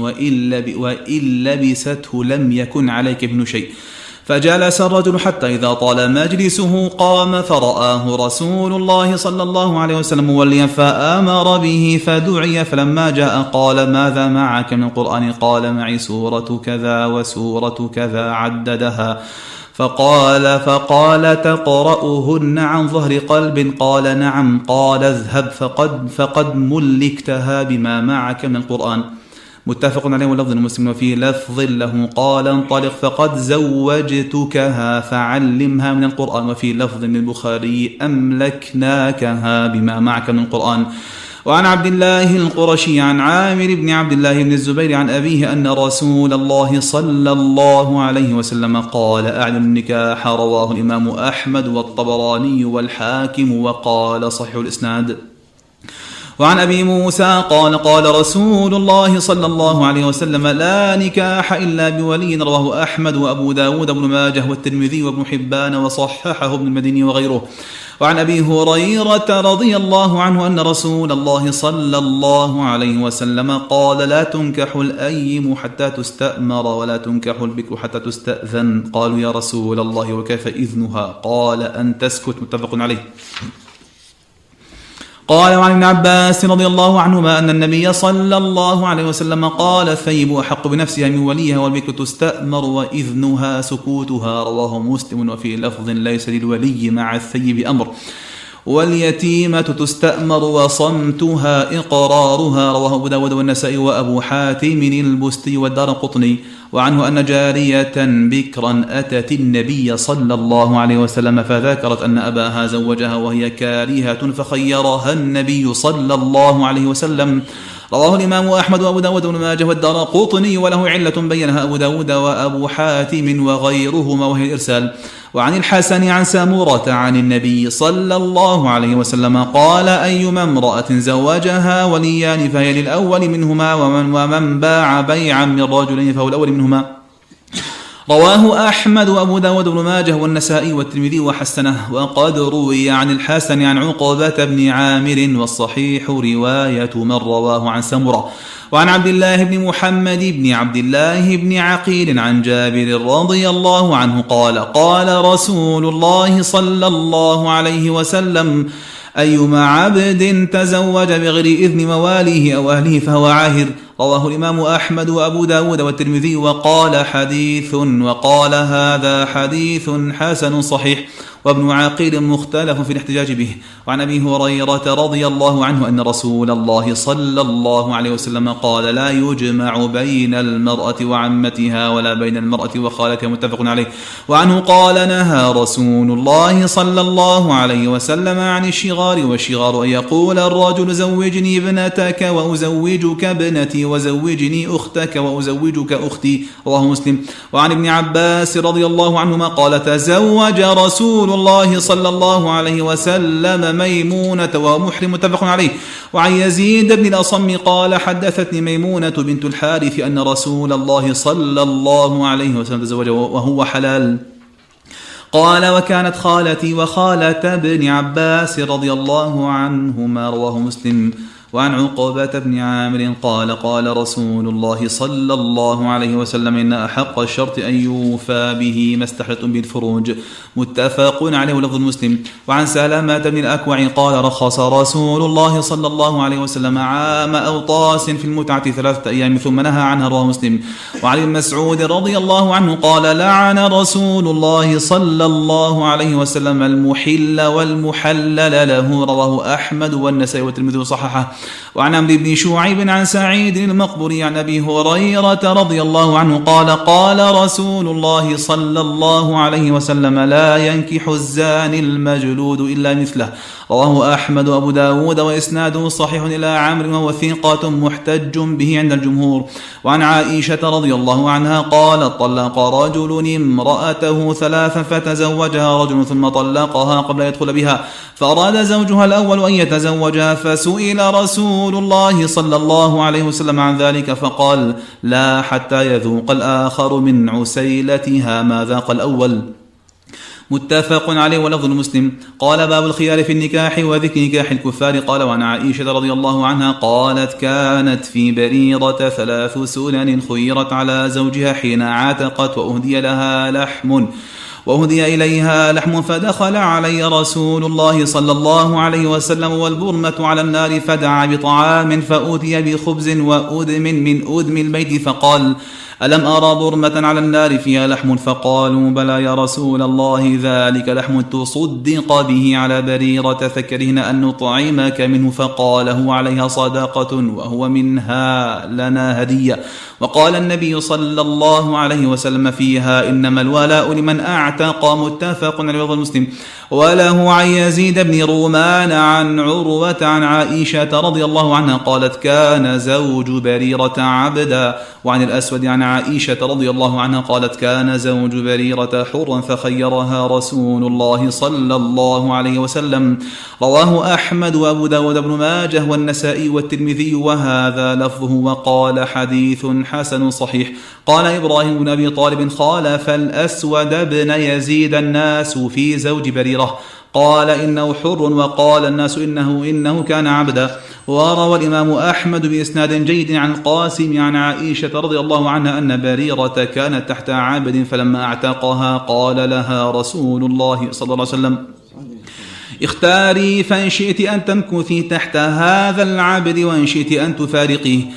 وإن لبسته لم يكن عليك منه شيء. فجلس الرجل حتى إذا طال مجلسه قام فرآه رسول الله صلى الله عليه وسلم موليا فأمر به فدعي، فلما جاء قال ماذا معك من القرآن؟ قال معي سورة كذا وسورة كذا عددها، فقال فقال تقرأهن عن ظهر قلب؟ قال نعم. قال اذهب فقد, فقد ملكتها بما معك من القرآن. متفق عليه ولفظ المسلم. وفي لفظ له قال انطلق فقد زوجتكها فعلمها من القرآن. وفي لفظ للبخاري أملكناكها بما معك من القرآن. وعن عبد الله القرشي عن عامر بن عبد الله بن الزبير عن أبيه أن رسول الله صلى الله عليه وسلم قال أعلن النكاح. رواه الإمام أحمد والطبراني والحاكم وقال صحيح الإسناد. وعن أبي موسى قال قال رسول الله صلى الله عليه وسلم لا نكاح إلا بولي. رواه أحمد وأبو داود وابن ماجه والترمذي وابن حبان وصححه ابن المديني وغيره. وعن أبي هريرة رضي الله عنه أن رسول الله صلى الله عليه وسلم قال لا تنكح الأيم حتى تستأمر ولا تنكح البكر حتى تستأذن. قالوا يا رسول الله وكيف إذنها؟ قال أن تسكت. متفق عليه. قال وعن ابن عباس رضي الله عنهما أن النبي صلى الله عليه وسلم قال الثيب أحق بنفسها من وليها والبكر تستأمر وإذنها سكوتها. رواه مسلم. وفي لفظ ليس للولي مع الثيب أمر. واليتيمة تستأمر وصمتها إقرارها. رواه أبو داود والنسائي وأبو حاتم البستي والدارقطني. وعنه أن جارية بكرا أتت النبي صلى الله عليه وسلم فذكرت أن أباها زوجها وهي كارهة فخيرها النبي صلى الله عليه وسلم. رواه الإمام أحمد وأبو داود وابن ماجه والدارقطني وله علة بينها أبو داود وأبو حاتم وغيرهما وهي الإرسال. وعن الحسن عن سامورة عن النبي صلى الله عليه وسلم قال أيما امرأة زوجها وليان فهي للأول منهما ومن, ومن باع بيعا من رجلين فهو الأول منهما. رواه أحمد وأبو داود وابن ماجه والنسائي والترمذي وحسنه. وقد روي عن الحسن عن عقبة بن عامر والصحيح رواية من رواه عن سمرة. وعن عبد الله بن محمد بن عبد الله بن عقيل عن جابر رضي الله عنه قال قال رسول الله صلى الله عليه وسلم أيما عبد تزوج بغير إذن مواليه أو أهله فهو عاهر. رواه الإمام أحمد وأبو داود والترمذي وقال حديث وقال هذا حديث حسن صحيح. وابن عقيل مختلف في الاحتجاج به. وعن أبي هريرة رضي الله عنه أن رسول الله صلى الله عليه وسلم قال لا يجمع بين المرأة وعمتها ولا بين المرأة وخالتها. متفق عليه. وعنه قال نهى رسول الله صلى الله عليه وسلم عن الشغار. والشغار أن يقول الرجل زوجني ابنتك وأزوجك ابنتي أختي وزوجني أختك وأزوجك أختي، رواه مسلم. وعن ابن عباس رضي الله عنهما قال تزوج رسول الله صلى الله عليه وسلم ميمونة وهو محرم، متفق عليه. وعن يزيد بن الأصم قال حدثتني ميمونة بنت الحارث أن رسول الله صلى الله عليه وسلم تزوج وهو حلال. قال وكانت خالتي وخالة ابن عباس رضي الله عنهما، رواه مسلم. وعن عقبة بن عامر قال قال رسول الله صلى الله عليه وسلم إن أحق الشرط أن يوفى به ما استحلتم بالفروج، متفق عليه لفظ مسلم. وعن سلامة بن الأكوع قال رخص رسول الله صلى الله عليه وسلم عام أوطاس في المتعة ثلاثة أيام ثم نهى عنها، رواه مسلم. وعن ابن مسعود رضي الله عنه قال لعن رسول الله صلى الله عليه وسلم المحل والمحلل له، رواه أحمد والنسائي والترمذي وصححه. وعن عمرو بن شعيب عن سعيد المقبري عن أبي هريرة رضي الله عنه قال قال رسول الله صلى الله عليه وسلم لا ينكح الزاني المجلود إلا مثله، رواه أحمد وأبو داود وإسناده صحيح إلى عمرو وهو ثقة محتج به عند الجمهور. وعن عائشة رضي الله عنها قال طلق رجل امرأته ثلاثا فتزوجها رجل ثم طلقها قبل أن يدخل بها، فأراد زوجها الأول أن يتزوجها فسئل رسول الله صلى الله عليه وسلم عن ذلك فقال لا حتى يذوق الآخر من عسيلتها ما ذاق الأول، متفق عليه ولفظ مسلم. قال باب الخيار في النكاح وذكر نكاح الكفار. قال وعن عائشة رضي الله عنها قالت كانت في بريرة ثلاث سنن خيرت على زوجها حين عاتقت وأهدي لها لحم وأهدي إليها لحم فدخل علي رسول الله صلى الله عليه وسلم والبرمة على النار فدعا بطعام فأوتي بخبز وأدم من أدم البيت فقال ألم أرى برمة على النار فيها لحم؟ فقالوا بلى يا رسول الله ذلك لحم تصدق به على بريرة فكرهنا أن نطعمك منه، فقال هو عليها صدقة وهو منها لنا هدية. وقال النبي صلى الله عليه وسلم فيها إنما الولاء لمن أعتق، متفق على لفظ مسلم. وله عن يزيد بن رومان عن عروة عن عائشة رضي الله عنها قالت كان زوج بريرة عبدا. وعن الأسود عن عائشة رضي الله عنها قالت كان زوج بريرة حرا فخيرها رسول الله صلى الله عليه وسلم، رواه أحمد وأبو داود بن ماجه والنسائي والترمذي وهذا لفظه. وقال حديث حسن صحيح. قال إبراهيم بن أبي طالب خالف الأسود بن يزيد الناس في زوج بريرة، قال إنه حر وقال الناس إنه إنه كان عبدا. وروى الإمام أحمد بإسناد جيد عن القاسم عن عائشة رضي الله عنها أن بريرة كانت تحت عبد فلما اعتقها قال لها رسول الله صلى الله عليه وسلم اختاري فإن شئت أن تمكثي تحت هذا العبد وإن شئت أن تفارقيه.